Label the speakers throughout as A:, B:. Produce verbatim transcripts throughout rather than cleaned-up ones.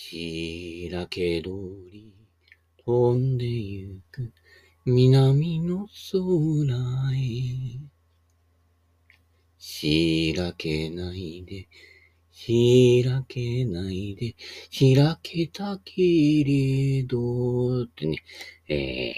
A: 白け通り飛んでゆく南の空へ。白けないで、白けないで、白けたけれど、ってね、え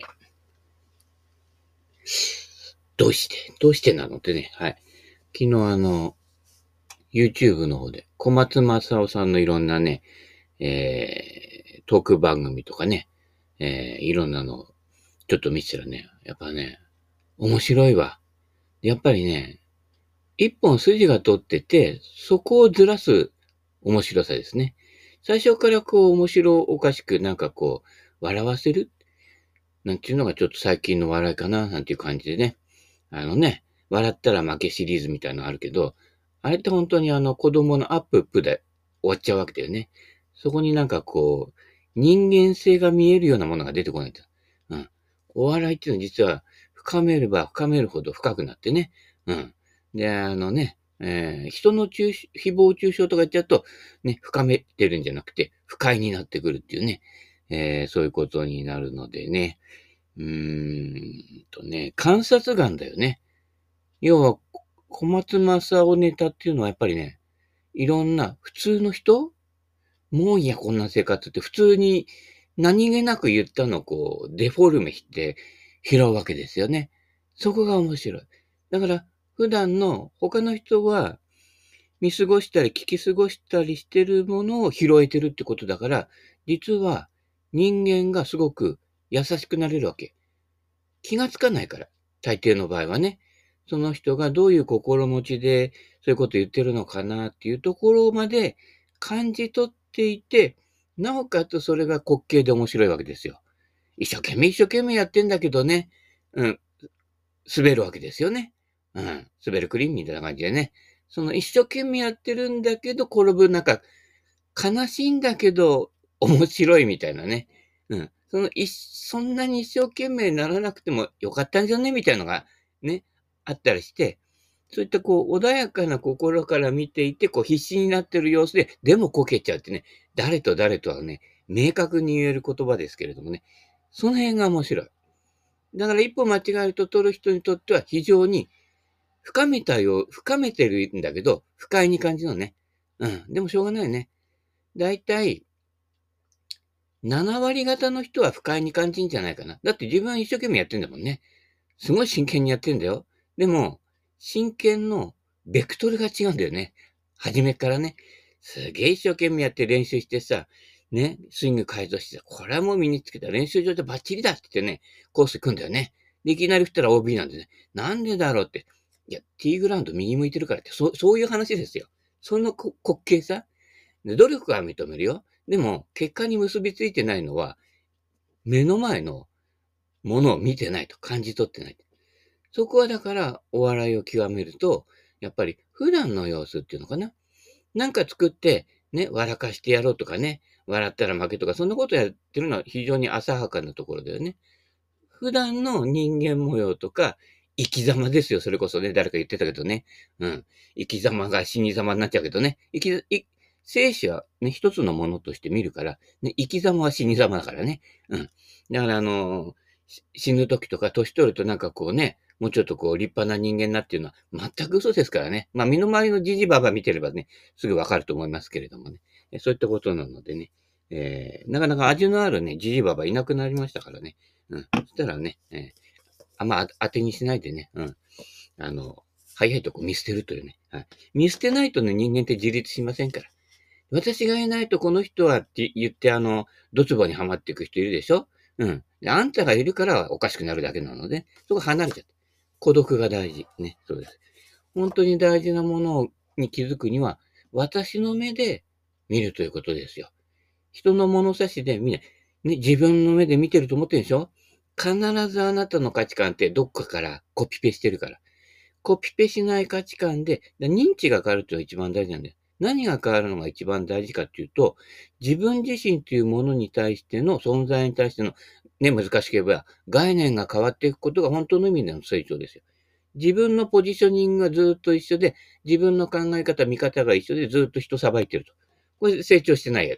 A: ー、どうしてどうしてなのってね、はい。昨日あの、YouTube の方で、小松正夫さんのいろんなね、えー、トーク番組とかね、えー、いろんなの、ちょっと見てたらね、やっぱね、面白いわ。やっぱりね、一本筋が通ってて、そこをずらす面白さですね。最初からこう面白おかしくなんかこう、笑わせるなんていうのがちょっと最近の笑いかな、なんていう感じでね。あのね、笑ったら負けシリーズみたいなのあるけど、あれって本当にあの子供のアップップで終わっちゃうわけだよね。そこになんかこう、人間性が見えるようなものが出てこないと。うん。お笑いっていうのは実は深めれば深めるほど深くなってね。うん。で、あのね、えー、人の中誹謗中傷とか言っちゃうと、ね、深めてるんじゃなくて、不快になってくるっていうね。えー、そういうことになるのでね。うーんとね、観察眼だよね。要は、小松正夫ネタっていうのはやっぱりね、いろんな普通の人もういいや、こんな生活って普通に何気なく言ったのをこう、デフォルメして拾うわけですよね。そこが面白い。だから、普段の他の人は見過ごしたり聞き過ごしたりしてるものを拾えてるってことだから、実は人間がすごく優しくなれるわけ。気がつかないから。大抵の場合はね。その人がどういう心持ちでそういうこと言ってるのかなっていうところまで感じ取っていて、なおかつそれが滑稽で面白いわけですよ。一生懸命一生懸命やってんだけどね、うん、滑るわけですよね。うん、滑るクリーンみたいな感じでね。その一生懸命やってるんだけど転ぶ、なんか悲しいんだけど面白いみたいなね。うん。そのいそんなに一生懸命ならなくてもよかったんじゃねみたいなのがね、あったりして、そういったこう穏やかな心から見ていて、こう必死になってる様子で、でもこけちゃうってね、誰と誰とはね、明確に言える言葉ですけれどもね、その辺が面白い。だから一歩間違えると取る人にとっては非常に深めたよう、深めてるんだけど、不快に感じるのね。うん。でもしょうがないよね。だいたいなな割方の人は不快に感じんじゃないかな。だって自分は一生懸命やってんだもんね。すごい真剣にやってんだよ。でも、真剣のベクトルが違うんだよね。初めからね。すげえ一生懸命やって練習してさ、ね、スイング改造してさ、これはもう身につけた練習場でバッチリだって言ってね、コース行くんだよね。で、いきなり振ったら オービー なんでね。なんでだろうって。いや、T グラウンド右向いてるからって、そそういう話ですよ。その滑稽さ。で努力は認めるよ。でも、結果に結びついてないのは、目の前のものを見てないと感じ取ってない。そこはだから、お笑いを極めると、やっぱり普段の様子っていうのかな。なんか作って、ね、笑かしてやろうとかね、笑ったら負けとか、そんなことやってるのは非常に浅はかなところだよね。普段の人間模様とか、生き様ですよ。それこそね、誰か言ってたけどね。うん。生き様が死に様になっちゃうけどね。生き、い生死はね、一つのものとして見るから、ね、生き様は死に様だからね。うん。だからあのー死ぬ時とか年取るとなんかこうね、もうちょっとこう立派な人間になっていうのは全く嘘ですからね。まあ身の回りのじじばば見てればね、すぐわかると思いますけれどもね。そういったことなのでね。えー、なかなか味のあるね、じじばばいなくなりましたからね。うん。そしたらね、えー、あんま当てにしないでね、うん。あの、早いとこ見捨てるというね。はい。見捨てないとね、人間って自立しませんから。私がいないとこの人はって言って、あの、ドツボにはまっていく人いるでしょ。うん。で、あんたがいるからおかしくなるだけなので、そこ離れちゃって。孤独が大事。ね。そうです。本当に大事なものに気づくには、私の目で見るということですよ。人の物差しで見ない。ね、自分の目で見てると思ってるでしょ。必ずあなたの価値観ってどっかからコピペしてるから。コピペしない価値観で、認知が変わるっていうのが一番大事なんだよ。何が変わるのが一番大事かっていうと、自分自身というものに対しての、存在に対しての、ね、難しければ、概念が変わっていくことが本当の意味での成長ですよ。自分のポジショニングがずっと一緒で、自分の考え方、見方が一緒でずっと人さばいてると。これ成長してない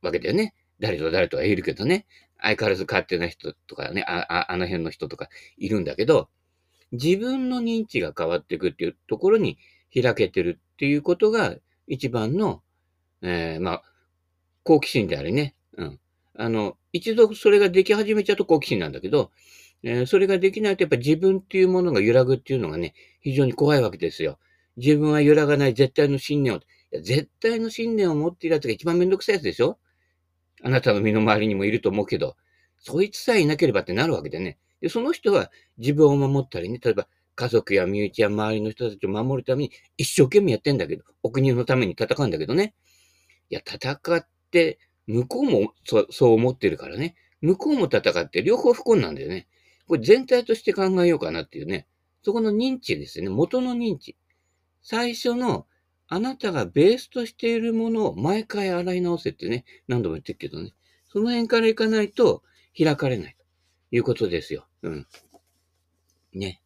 A: わけだよね。誰と誰とかいるけどね。相変わらず変わってない人とかね、あ、あ、あの辺の人とかいるんだけど、自分の認知が変わっていくっていうところに開けてるっていうことが一番の、えー、まあ、好奇心でありね。うん。あの、一度それができ始めちゃうと好奇心なんだけど、えー、それができないとやっぱ自分っていうものが揺らぐっていうのがね、非常に怖いわけですよ。自分は揺らがない絶対の信念を、いや絶対の信念を持っているやつが一番めんどくさいやつでしょ。あなたの身の回りにもいると思うけど、そいつさえいなければってなるわけでね。で、その人は自分を守ったりね、例えば家族や身内や周りの人たちを守るために一生懸命やってんだけど、お国のために戦うんだけどね。いや、戦って、向こうもそそう思ってるからね。向こうも戦って両方不幸なんだよね。これ全体として考えようかなっていうね。そこの認知ですよね。元の認知。最初のあなたがベースとしているものを毎回洗い直せってね、何度も言ってるけどね。その辺からいかないと開かれないということですよ。うん。ね。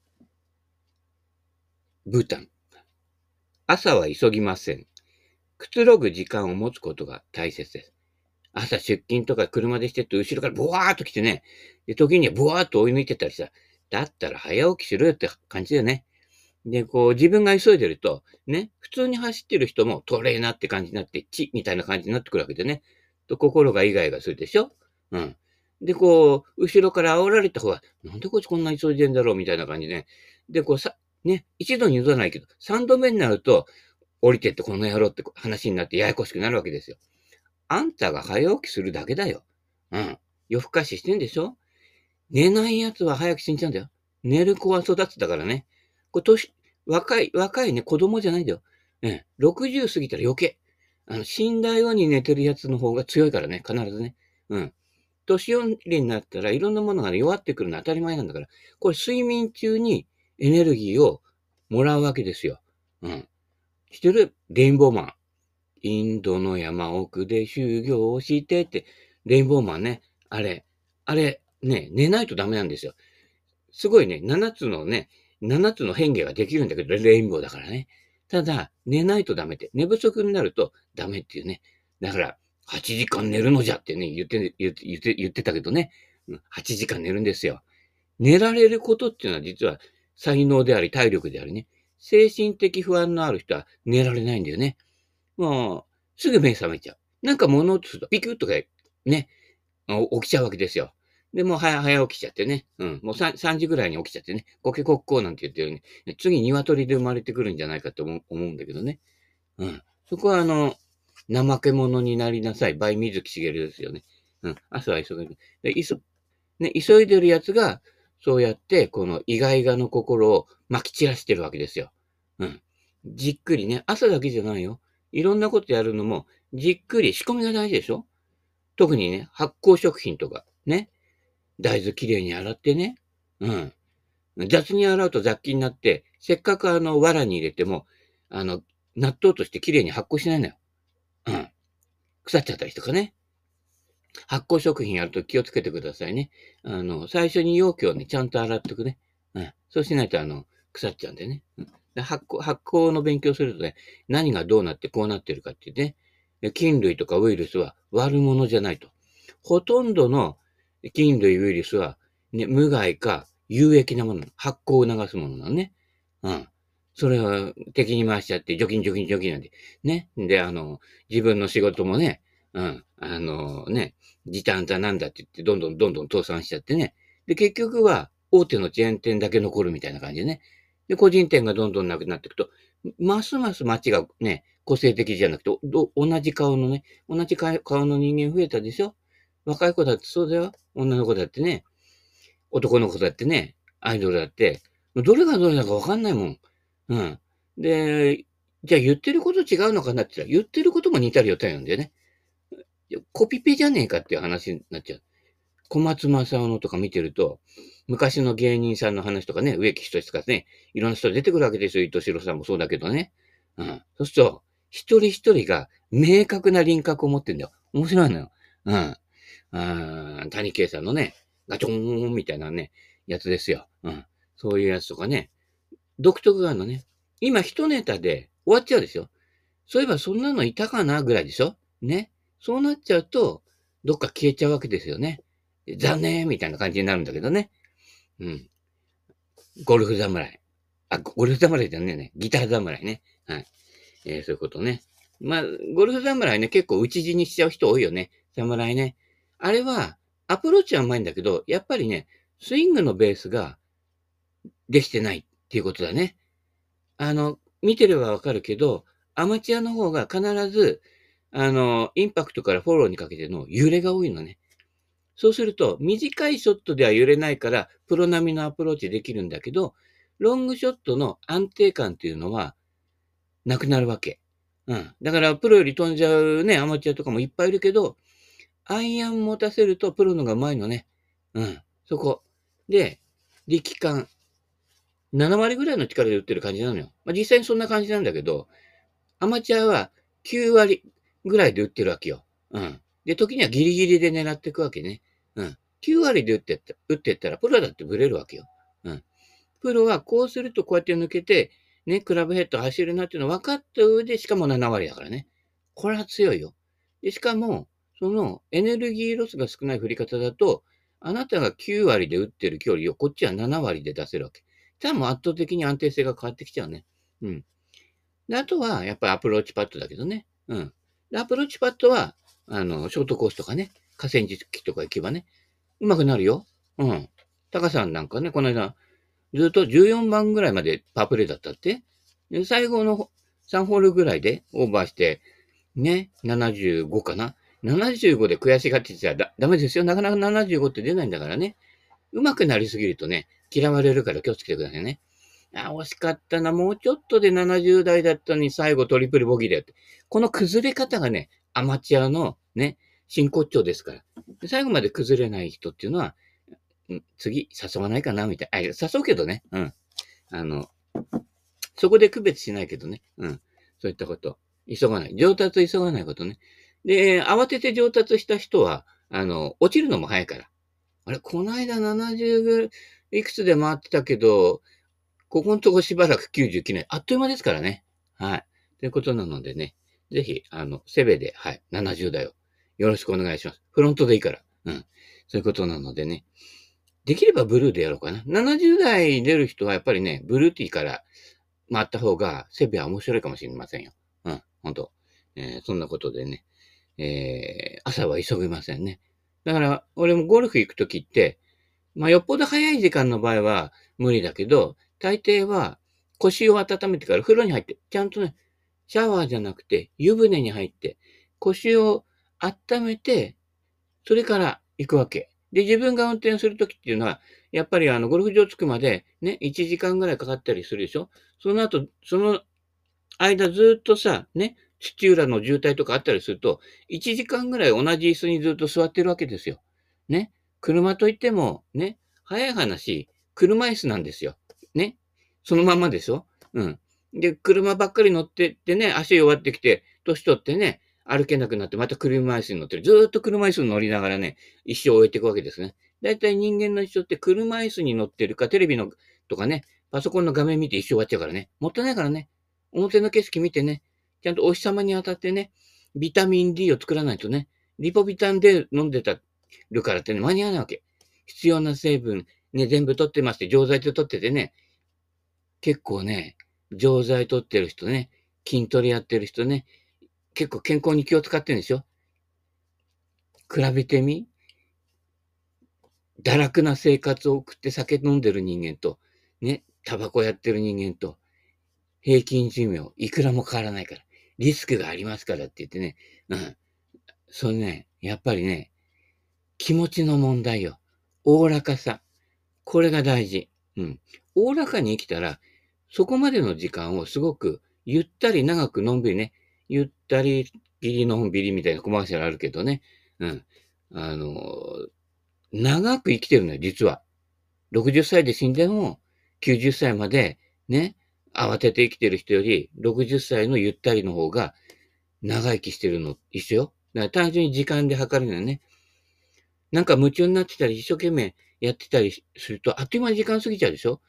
A: ブータン。朝は急ぎません。くつろぐ時間を持つことが大切です。朝出勤とか車でしてると後ろからボワーっと来てね、で、時にはボワーっと追い抜いてったりさ、だったら早起きしろよって感じだよね。で、こう、自分が急いでると、ね、普通に走ってる人もトレーナーって感じになって、チみたいな感じになってくるわけでね。と、心がイガイガするでしょ。うん。で、こう、後ろから煽られた方が、なんでこいつこんな急いでんだろうみたいな感じで、ね。で、こうさ、ね、一度に譲らないけど、三度目になると、降りてってこの野郎って話になってややこしくなるわけですよ。あんたが早起きするだけだよ。うん。夜更かししてんでしょ。寝ない奴は早く死んじゃうんだよ。寝る子は育つだからね。これ年、若い、若いね、子供じゃないんだよ。ね、ろくじゅう過ぎたら余計。あの、死んだように寝てる奴の方が強いからね、必ずね。うん。年寄りになったらいろんなものが、ね、弱ってくるのは当たり前なんだから。これ睡眠中にエネルギーをもらうわけですよ。うん。知ってる？レインボーマン。インドの山奥で修行をしてって、レインボーマンね。あれ、あれ、ね、寝ないとダメなんですよ。すごいね、ななつのね、ななつの変化ができるんだけど、レインボーだからね。ただ、寝ないとダメって。寝不足になるとダメっていうね。だから、はちじかん寝るのじゃってね、言って、言って、言って、言ってたけどね。はちじかん寝るんですよ。寝られることっていうのは実は才能であり体力でありね。精神的不安のある人は寝られないんだよね。もう、すぐ目覚めちゃう。なんか物音するとピクッとかね、起きちゃうわけですよ。で、もう早、早起きちゃってね。うん。もう 3, さんじぐらいに起きちゃってね。コケコッコーなんて言ってるように、次鶏で生まれてくるんじゃないかと思う思うんだけどね。うん。そこはあの、怠け者になりなさい。バイ水木しげるですよね。うん。朝は急ぐ。で、急、ね、急いでるやつが、そうやって、この意外がの心を撒き散らしてるわけですよ。うん。じっくりね。朝だけじゃないよ。いろんなことやるのも、じっくり仕込みが大事でしょ。特にね、発酵食品とか、ね。大豆きれいに洗ってね。うん。雑に洗うと雑菌になって、せっかくあの、藁に入れても、あの、納豆としてきれいに発酵しないのよ。うん。腐っちゃったりとかね。発酵食品やると気をつけてくださいね。あの、最初に容器をね、ちゃんと洗っておくね。うん。そうしないと、あの、腐っちゃうんでね。うん、で発酵、発酵の勉強するとね、何がどうなってこうなってるかっていうね。菌類とかウイルスは悪者じゃないと。ほとんどの菌類ウイルスは、ね、無害か有益なもの、発酵を促すものなのね。うん。それは敵に回しちゃって、除菌除菌除菌なんで。ね。で、あの、自分の仕事もね、うん。あのね、時短だなんだって言って、どんどんどんどん倒産しちゃってね。で、結局は、大手のチェーン店だけ残るみたいな感じでね。で、個人店がどんどんなくなっていくと、ますます街がね、個性的じゃなくて、ど同じ顔のね、同じ顔の人間増えたでしょ。若い子だってそうだよ。女の子だってね。男の子だってね。アイドルだって。どれがどれだかわかんないもん。うん。で、じゃあ言ってること違うのかなって言ったら、言ってることも似たり寄ったりなんだよね。コピペじゃねえかっていう話になっちゃう。小松正夫のとか見てると、昔の芸人さんの話とかね、植木仁とかね、いろんな人出てくるわけですよ。伊藤四郎さんもそうだけどね。うん。そうすると、一人一人が明確な輪郭を持ってんだよ。面白いのよ。うん。あ谷圭さんのね、ガチョーンみたいなね、やつですよ。うん。そういうやつとかね。独特があるのね。今一ネタで終わっちゃうでしょ。そういえばそんなのいたかなぐらいでしょね。 そうなっちゃうと、どっか消えちゃうわけですよね。残念みたいな感じになるんだけどね。うん。ゴルフ侍。あ、ゴルフ侍じゃねえね。ギター侍ね。はい。えー、そういうことね。まあ、ゴルフ侍ね、結構打ち死にしちゃう人多いよね。侍ね。あれは、アプローチはうまいんだけど、やっぱりね、スイングのベースができてないっていうことだね。あの、見てればわかるけど、アマチュアの方が必ず、あの、インパクトからフォローにかけての揺れが多いのね。そうすると、短いショットでは揺れないから、プロ並みのアプローチできるんだけど、ロングショットの安定感っていうのは、なくなるわけ。うん。だから、プロより飛んじゃうね、アマチュアとかもいっぱいいるけど、アイアン持たせるとプロのが上手いのね。うん。そこ。で、力感。なな割ぐらいの力で打ってる感じなのよ。まあ、実際にそんな感じなんだけど、アマチュアはきゅう割ぐらいで打ってるわけよ。うん。で、時にはギリギリで狙っていくわけね。うん。きゅう割で打ってった、打ってったら、プロだってブレるわけよ。うん。プロはこうするとこうやって抜けて、ね、クラブヘッド走るなっていうの分かった上で、しかもなな割だからね。これは強いよ。で、しかも、そのエネルギーロスが少ない振り方だと、あなたがきゅう割で打ってる距離をこっちはなな割で出せるわけ。じゃあもう圧倒的に安定性が変わってきちゃうね。うん。で、あとは、やっぱりアプローチパッドだけどね。うん。で、アプローチパッドは、あの、ショートコースとかね、河川敷とか行けばね、うまくなるよ。うん。タカさんなんかね、この間、ずっとじゅうよんばんぐらいまでパープレイだったって。で、最後のさんホールぐらいでオーバーして、ね、ななじゅうごかな。ななじゅうごで悔しがってちゃだダメですよ。なかなかななじゅうごって出ないんだからね。上手くなりすぎるとね、嫌われるから気をつけてくださいね。あ、惜しかったな。もうちょっとでななじゅう代だったのに最後トリプルボギーだよって。この崩れ方がね、アマチュアのね、真骨頂ですから。で最後まで崩れない人っていうのは、ん次誘わないかなみたいな。あ、誘うけどね。うん。あの、そこで区別しないけどね。うん。そういったこと。急がない。上達急がないことね。で、慌てて上達した人は、あの、落ちるのも早いから。あれ、この間ななじゅういくつで回ってたけど、ここのとこしばらくきゅうじゅうきない。あっという間ですからね。はい。ということなのでね。ぜひ、あの、セベで、はい、ななじゅう代をよろしくお願いします。フロントでいいから。うん。そういうことなのでね。できればブルーでやろうかな。ななじゅう代出る人はやっぱりね、ブルーティーから回った方が、セベは面白いかもしれませんよ。うん、ほんと。えー、そんなことでね。えー、朝は急ぎませんね。だから、俺もゴルフ行くときって、まあ、よっぽど早い時間の場合は無理だけど、大抵は腰を温めてから風呂に入って、ちゃんとね、シャワーじゃなくて湯船に入って、腰を温めて、それから行くわけ。で、自分が運転するときっていうのは、やっぱりあの、ゴルフ場着くまでね、いちじかんぐらいかかったりするでしょ。その後、その間ずっとさ、ね、土浦の渋滞とかあったりすると、いちじかんぐらい同じ椅子にずっと座ってるわけですよ。ね。車といっても、ね、早い話、車椅子なんですよ。ね。そのままでしょ。うん。で、車ばっかり乗ってってね、足弱ってきて、年取ってね、歩けなくなって、また車椅子に乗ってる。ずーっと車椅子に乗りながらね、一生を終えていくわけですね。だいたい人間の一生って車椅子に乗ってるか、テレビのとかね、パソコンの画面見て一生終わっちゃうからね。もったいないからね。表の景色見てね、ちゃんとお日様に当たってね、ビタミン D を作らないとね、リポビタン D 飲んでたるからってね、間に合わないわけ。必要な成分、ね、全部取ってまして、錠剤と取っててね、結構ね、錠剤取ってる人ね、筋トレやってる人ね、結構健康に気を使ってるんでしょ。比べてみ堕落な生活を送って酒飲んでる人間と、ね、タバコやってる人間と、平均寿命、いくらも変わらないから。リスクがありますからって言ってね。うん。それね、やっぱりね、気持ちの問題よ。おおらかさ。これが大事。うん。おおらかに生きたら、そこまでの時間をすごくゆったり長くのんびりね、ゆったり、ぎりのんびりみたいなコマーシャルあるけどね。うん。あの、長く生きてるのよ、実は。ろくじゅっさいで死んでも、きゅうじゅっさいまで、ね、慌てて生きてる人より、ろくじゅっさいのゆったりの方が、長生きしてるの一緒よ。だから単純に時間で測るのよね。なんか夢中になってたり、一生懸命やってたりすると、あっという間に時間過ぎちゃうでしょ。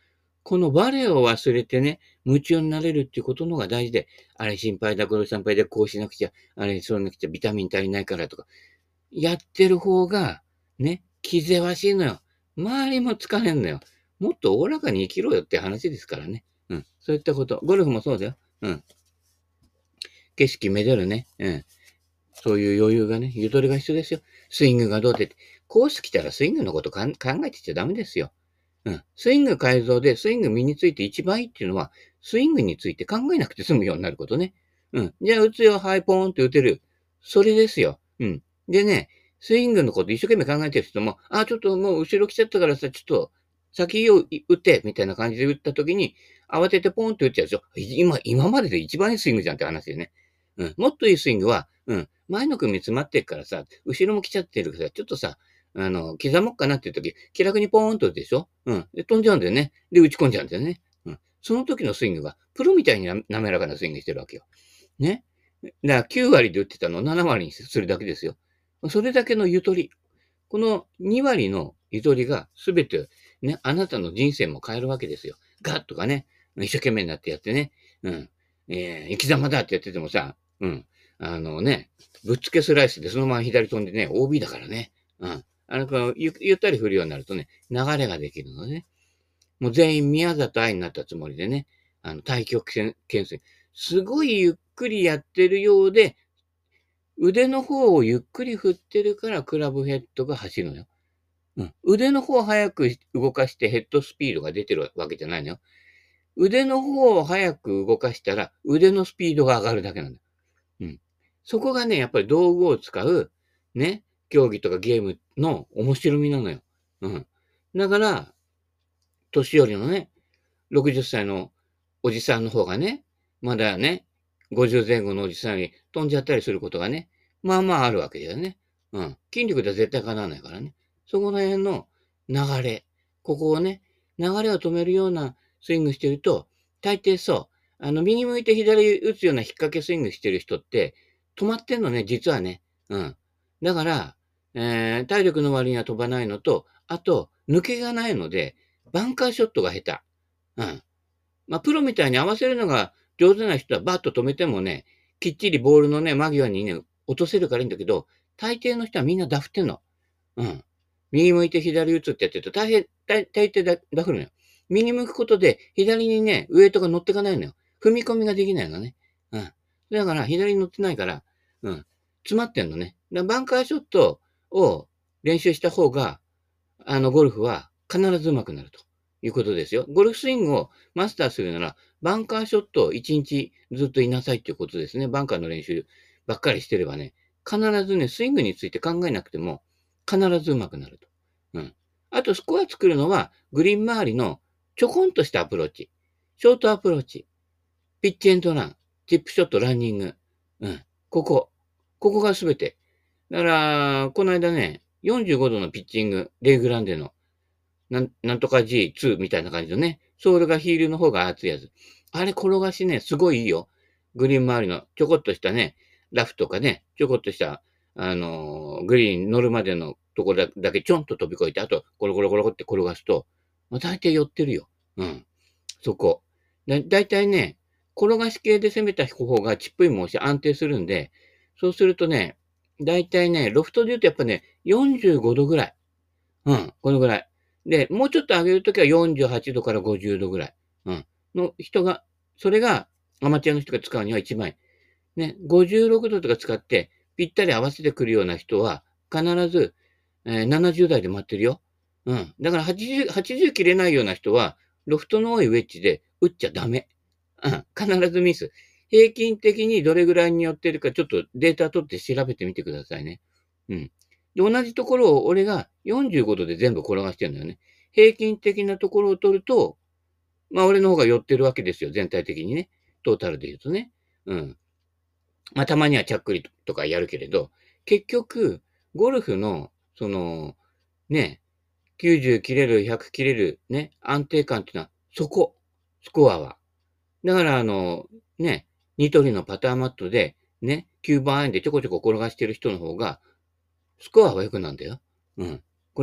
A: この我を忘れてね、夢中になれるっていうことのが大事で、あれ心配だ、これ心配だ、こうしなくちゃ、あれそうなくちゃ、ビタミン足りないからとか、やってる方が、ね、気ぜわしいのよ。周りも疲れんのよ。もっとおおらかに生きろよって話ですからね。うん。そういったこと。ゴルフもそうだよ。うん。景色めでるね。うん。そういう余裕がね、ゆとりが必要ですよ。スイングがどうって。コース来たらスイングのこと考えてちゃダメですよ。うん。スイング改造でスイング身について一番いいっていうのは、スイングについて考えなくて済むようになることね。うん。じゃあ打つよ、はい、ポーンって打てる。それですよ。うん。でね、スイングのこと一生懸命考えてる人も、あ、ちょっともう後ろ来ちゃったからさ、ちょっと先を打って、みたいな感じで打った時に、慌ててポーンって打っちゃうでしょ。今、今までで一番いいスイングじゃんって話でね。うん。もっといいスイングは、うん。前の組詰まってるからさ、後ろも来ちゃってるからさ、ちょっとさ、あの、刻もっかなっていう時、気楽にポーンと打つでしょ。うん。で、飛んじゃうんだよね。で、打ち込んじゃうんだよね。うん。その時のスイングが、プロみたいにな滑らかなスイングしてるわけよ。ね。だからきゅう割で打ってたのをなな割にするだけですよ。それだけのゆとり。このに割のゆとりがすべて、ね、あなたの人生も変えるわけですよ。ガッとかね、一生懸命になってやってね、うん、えー、生き様だってやっててもさ、うん、あのね、ぶっつけスライスでそのまま左飛んでね、オービー だからね、うん。あの、こうゆゆったり振るようになるとね、流れができるのでね。もう全員宮里愛になったつもりでね、あの、太極拳懸垂。すごいゆっくりやってるようで、腕の方をゆっくり振ってるからクラブヘッドが走るのよ。うん。腕の方を早く動かしてヘッドスピードが出てるわけじゃないのよ。腕の方を早く動かしたら腕のスピードが上がるだけなんだよ。うん。そこがね、やっぱり道具を使う、ね、競技とかゲームの面白みなのよ。うん。だから、年寄りのね、ろくじゅっさいのおじさんの方がね、まだね、ごじゅう前後のおじさんより飛んじゃったりすることがね、まあまああるわけだよね。うん。筋力では絶対かなわないからね。そこら辺の流れ、ここをね、流れを止めるようなスイングしてると、大抵そう、あの、右向いて左打つような引っ掛けスイングしてる人って、止まってんのね、実はね。うん。だから、えー、体力の割には飛ばないのと、あと、抜けがないので、バンカーショットが下手。うん。まあ、プロみたいに合わせるのが上手な人はバッと止めてもね、きっちりボールのね、間際にね、落とせるからいいんだけど、大抵の人はみんなダフってんの。うん。右向いて左打つってやってると大変、大大抵ダダフるのよ。右向くことで左にね、ウエイトが乗ってかないのよ。踏み込みができないのね。うん。だから左に乗ってないから、うん。詰まってんのね。だからバンカーショットを練習した方が、あの、ゴルフは必ず上手くなるということですよ。ゴルフスイングをマスターするなら、バンカーショットを一日ずっといなさいっていうことですね。バンカーの練習ばっかりしてればね、必ずね、スイングについて考えなくても、必ず上手くなると。うん。あと、スコア作るのは、グリーン周りのちょこんとしたアプローチ。ショートアプローチ。ピッチエンドラン。チップショット、ランニング。うん。ここ。ここがすべて。だから、この間ね、よんじゅうごどのピッチング、レイグランデの、なん、なんとか ジーツー みたいな感じのね、ソールがヒールの方が熱いやつ。あれ転がしね、すごいいいよ。グリーン周りのちょこっとしたね、ラフとかね、ちょこっとした、あのーグリーン乗るまでのところだけちょんと飛び越えて、あと、ゴロゴロゴロって転がすと、まあ、大体寄ってるよ。うん。そこ。だ、大体ね、転がし系で攻めた方がチップインも押し安定するんで、そうするとね、大体ね、ロフトで言うとやっぱね、よんじゅうごどぐらい。うん、このぐらい。で、もうちょっと上げるときはよんじゅうはちどからごじゅうどぐらい。うん。の人が、それがアマチュアの人が使うには一番いい。ね、ごじゅうろくどとか使ってぴったり合わせてくるような人は必ず、えー、ななじゅう代で待ってるよ。うん。だからはちじゅう、はちじゅう切れないような人は、ロフトの多いウェッジで打っちゃダメ。うん。必ずミス。平均的にどれぐらいに寄ってるか、ちょっとデータ取って調べてみてくださいね。うん。で、同じところを俺がよんじゅうごどで全部転がしてるんだよね。平均的なところを取ると、まあ俺の方が寄ってるわけですよ。全体的にね。トータルで言うとね。うん。まあたまにはちゃっくりとかやるけれど、結局、ゴルフの、その、ね、きゅうじゅう切れる、ひゃく切れる、ね、安定感っていうのは、そこ、スコアは。だから、あの、ね、ニトリのパターマットで、ね、きゅうばんアイアンでちょこちょこ転がしてる人の方が、スコアは良くなんだよ。うん。これ、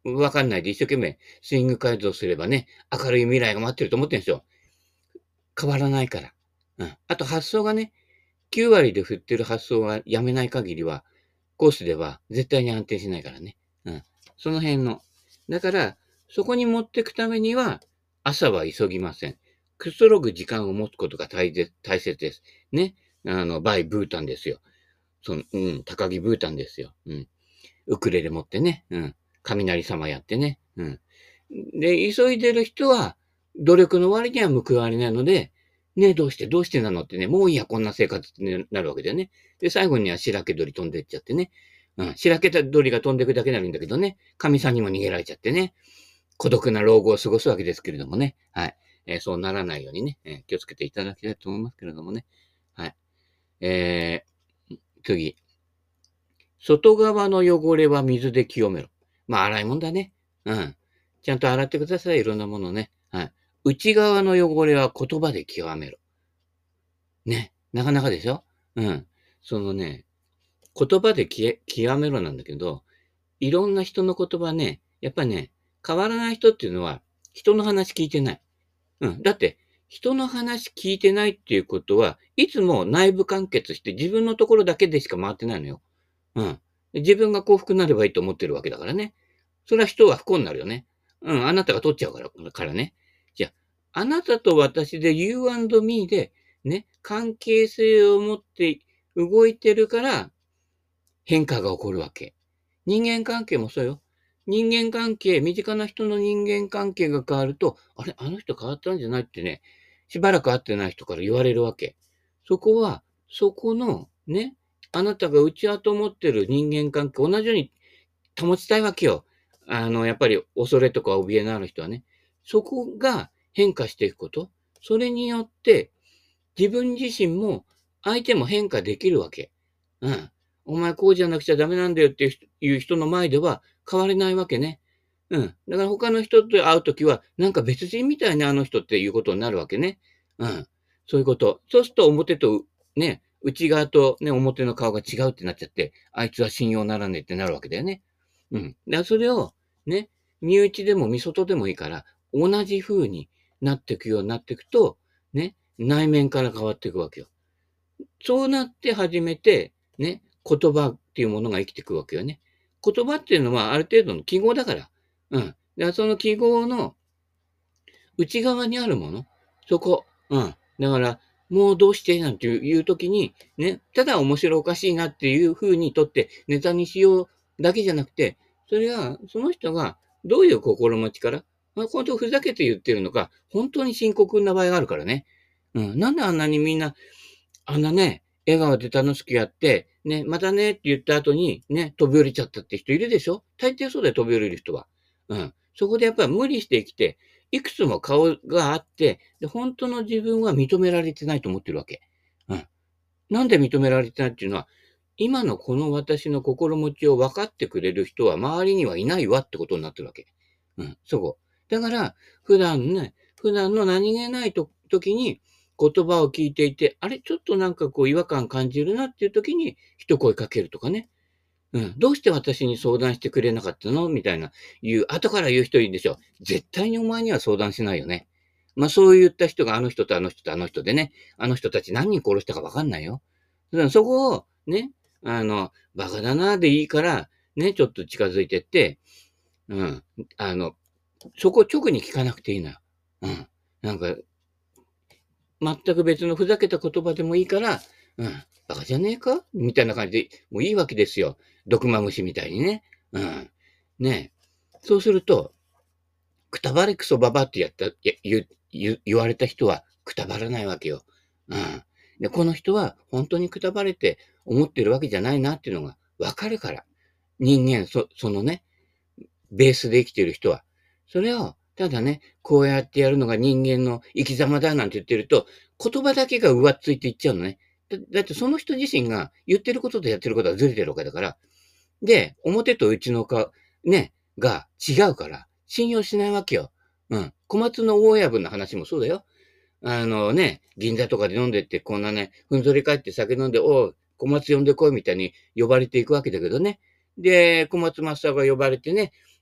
A: わかんないで一生懸命スイング改造すればね、明るい未来が待ってると思ってるんですよ。変わらないから。うん。あと発想がね、きゅう割で振ってる発想がやめない限りは、コースでは絶対に安定しないからね。うん。その辺の。だから、そこに持っていくためには、朝は急ぎません。くつろぐ時間を持つことが大切大切です。ね。あの、バイブータンですよ。その、うん、高木ブータンですよ。うん。ウクレレ持ってね。うん。雷様やってね。うん。で、急いでる人は、努力の割には報われないので、ね、どうして、どうしてなのってね、もういいや、こんな生活ってなるわけだよね。で、最後には白毛鳥飛んでっちゃってね。うん、白毛鳥が飛んでいくだけになるんだけどね、神さんにも逃げられちゃってね、孤独な老後を過ごすわけですけれどもね。はい。えー、そうならないようにね、えー、気をつけていただきたいと思いますけれどもね。はい。えー、次。外側の汚れは水で清めろ。まあ、洗い物だね。うん。ちゃんと洗ってください。いろんなものね。はい。内側の汚れは言葉で極めろ。ね。なかなかでしょ？うん。そのね、言葉でき極めろなんだけど、いろんな人の言葉ね、やっぱね、変わらない人っていうのは、人の話聞いてない。うん。だって、人の話聞いてないっていうことは、いつも内部完結して自分のところだけでしか回ってないのよ。うん。自分が幸福になればいいと思ってるわけだからね。それは人は不幸になるよね。うん、あなたが取っちゃうから、からね。じゃあ、あなたと私で ユーアンドミー で、ね、関係性を持って動いてるから変化が起こるわけ。人間関係もそうよ。人間関係、身近な人の人間関係が変わると、あれ、あの人変わったんじゃないってね、しばらく会ってない人から言われるわけ。そこは、そこの、ね、あなたが内輪と思ってる人間関係、同じように保ちたいわけよ。あの、やっぱり恐れとか怯えのある人はね。そこが変化していくこと。それによって、自分自身も相手も変化できるわけ。うん。お前こうじゃなくちゃダメなんだよっていう人の前では変われないわけね。うん。だから他の人と会うときは、なんか別人みたいね、あの人っていうことになるわけね。うん。そういうこと。そうすると表と、ね、内側とね、表の顔が違うってなっちゃって、あいつは信用ならねえってなるわけだよね。うん。だからそれを、ね、身内でも身外でもいいから、同じ風になっていくようになっていくと、ね、内面から変わっていくわけよ。そうなって初めて、ね、言葉っていうものが生きていくわけよね。言葉っていうのはある程度の記号だから。うん。だからその記号の内側にあるもの。そこ。うん。だから、もうどうしてなんていう時に、ね、ただ面白おかしいなっていう風にとってネタにしようだけじゃなくて、それは、その人がどういう心持ちから、本当ふざけて言ってるのか、本当に深刻な場合があるからね。うん。なんであんなにみんな、あんなね、笑顔で楽しくやって、ね、またねって言った後に、ね、飛び降りちゃったって人いるでしょ？大抵そうだよ、飛び降りる人は。うん。そこでやっぱり無理して生きて、いくつも顔があって、で、本当の自分は認められてないと思ってるわけ。うん。なんで認められてないっていうのは、今のこの私の心持ちを分かってくれる人は周りにはいないわってことになってるわけ。うん、そこ。だから、普段ね、普段の何気ないと時に言葉を聞いていて、あれ、ちょっとなんかこう違和感感じるなっていう時に一声かけるとかね。うん。どうして私に相談してくれなかったのみたいな、言う、後から言う人いるでしょ。絶対にお前には相談しないよね。まあそう言った人があの人とあの人とあの人でね、あの人たち何人殺したかわかんないよ。だからそこを、ね、あの、バカだなでいいから、ね、ちょっと近づいてって、うん。あの、そこ直に聞かなくていいのよ。うん。なんか、全く別のふざけた言葉でもいいから、うん。バカじゃねえかみたいな感じで、もういいわけですよ。毒マムシみたいにね。うん。ねえ。そうすると、くたばれくそばばってやった、や言言言われた人はくたばらないわけよ。うん。で、この人は本当にくたばれて思ってるわけじゃないなっていうのがわかるから。人間、そ、そのね、ベースで生きてる人は。それを、ただね、こうやってやるのが人間の生き様だなんて言ってると、言葉だけが上っついていっちゃうのね。だだってその人自身が言ってることとやってることはずれてるわけだから。で、表と内の顔、ね、が違うから、信用しないわけよ。うん。小松の大親分の話もそうだよ。あのね、銀座とかで飲んでって、こんなね、ふんぞり返って酒飲んで、おう、小松呼んでこいみたいに呼ばれていくわけだけどね。で、小松マスターが呼ばれてね、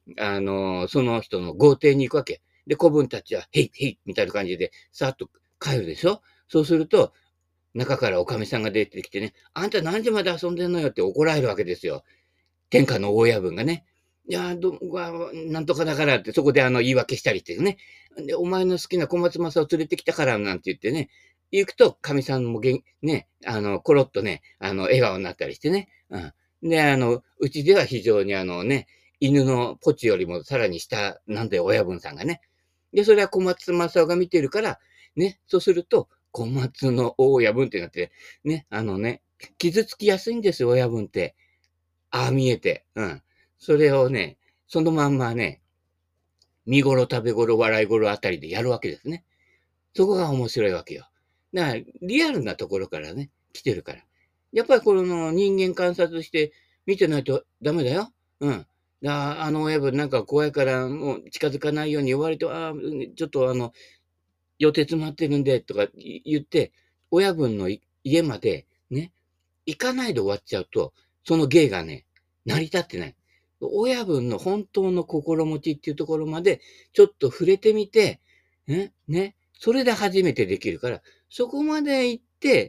A: あの、その人の豪邸に行くわけ。で、子分たちは、へいへいみたいな感じで、さーっと帰るでしょ。そうすると、中からおかみさんが出てきてね、あんた何時まで遊んでんのよって怒られるわけですよ。天下の大親分がね。いや、ど、わなんとかだからって、そこであの言い訳したりしてね。で、お前の好きな小松政を連れてきたからなんて言ってね、行くと、かみさんもげん、ね、あの、コロッとね、あの、笑顔になったりしてね。うん。で、あの、うちでは非常にあのね、犬のポチよりもさらに下なんだよ、親分さんがね。で、それは小松政が見てるから、ね、そうすると、小松の大親分ってなって、ね、あのね、傷つきやすいんですよ、親分って。ああ見えて。うん。それをね、そのまんまね、見頃、食べ頃、笑い頃あたりでやるわけですね。そこが面白いわけよ。だから、リアルなところからね、来てるから。やっぱりこの人間観察して見てないとダメだよ。うん。だあの親分なんか怖いからもう近づかないように言われて、ああ、ちょっとあの、予定詰まってるんで、とか言って、親分の家までね、行かないで終わっちゃうと、その芸がね、成り立ってない。親分の本当の心持ちっていうところまで、ちょっと触れてみて、ね、ね、それで初めてできるから、そこまで行って、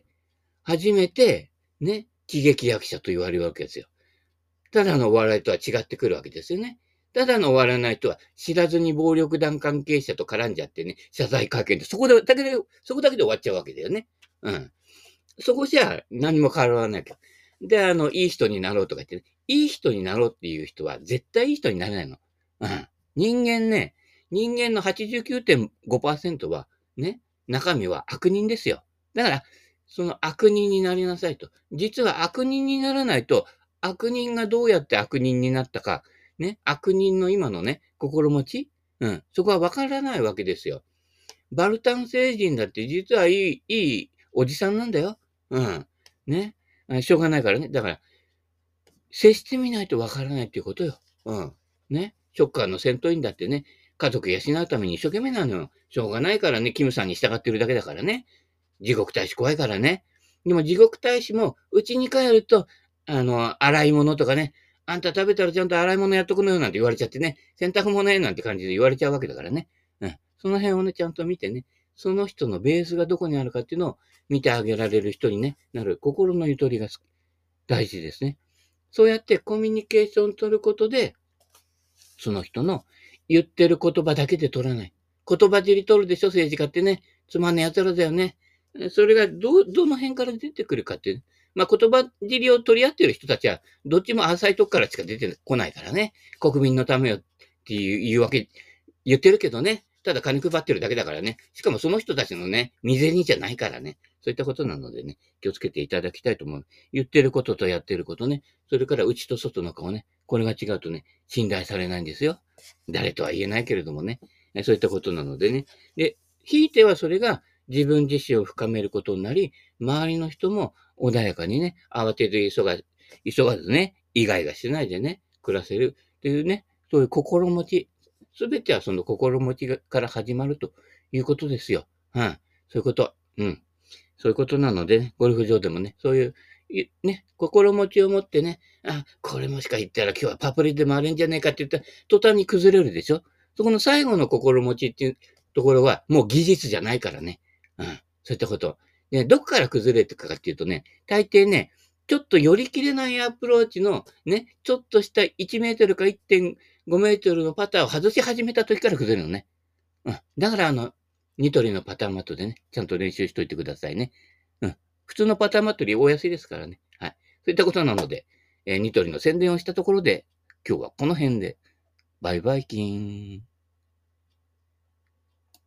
A: 初めて、ね、喜劇役者と言われるわけですよ。ただのお笑いとは違ってくるわけですよね。ただのお笑いの人は、知らずに暴力団関係者と絡んじゃってね、謝罪会見で、そこで、だけで、そこだけで終わっちゃうわけだよね。うん。そこじゃ何も変わらないけど。で、あの、いい人になろうとか言ってね、いい人になろうっていう人は絶対いい人になれないの。うん。人間ね、人間の はちじゅうきゅうてんごパーセント は、ね、中身は悪人ですよ。だから、その悪人になりなさいと。実は悪人にならないと、悪人がどうやって悪人になったか、ね、悪人の今のね、心持ち、うん、そこはわからないわけですよ。バルタン星人だって実はいい、いいおじさんなんだよ。うん。ね。しょうがないからね。だから、接してみないとわからないっていうことよ。うん。ね。ショッカーの戦闘員だってね、家族養うために一生懸命なのよ。しょうがないからね、キムさんに従ってるだけだからね。地獄大使怖いからね。でも地獄大使も、うちに帰ると、あの、洗い物とかね、あんた食べたらちゃんと洗い物やっとくのよなんて言われちゃってね、洗濯物ねなんて感じで言われちゃうわけだからね。うん。その辺をね、ちゃんと見てね、その人のベースがどこにあるかっていうのを見てあげられる人にね、なる心のゆとりが大事ですね。そうやってコミュニケーション取ることで、その人の言ってる言葉だけで取らない。言葉尻取るでしょ、政治家ってね。つまんねえ奴らだよね。それがど、どの辺から出てくるかっていう。まあ、言葉尻を取り合ってる人たちは、どっちも浅いとこからしか出てこないからね。国民のためよっていう言うわけ、言ってるけどね。ただ金配ってるだけだからね。しかもその人たちのね、未然にじゃないからね。そういったことなのでね、気をつけていただきたいと思う。言ってることとやってることね。それから内と外の顔ね。これが違うとね、信頼されないんですよ。誰とは言えないけれどもね。そういったことなのでね。で、ひいてはそれが自分自身を深めることになり、周りの人も穏やかにね、慌てず急が急がずね、イガイガしないでね、暮らせるっていうね、そういう心持ち、すべてはその心持ちから始まるということですよ。うん。そういうこと。うん。そういうことなのでね、ゴルフ場でもね、そういう、ね、心持ちを持ってね、あ、これもしか言ったら今日はパプリで回れんじゃねえかって言ったら、途端に崩れるでしょ。そこの最後の心持ちっていうところは、もう技術じゃないからね。うん。そういったこと。で、どこから崩れていくかっていうとね、大抵ね、ちょっと寄り切れないアプローチのね、ちょっとしたいちメートルかいってんごメートルのパターを外し始めた時から崩れるのね。うん。だからあの、ニトリのパターマットでね、ちゃんと練習しといてくださいね。うん。普通のパターマットより大安いですからね。はい。そういったことなので、えーニトリの宣伝をしたところで、今日はこの辺で、バイバイキーン。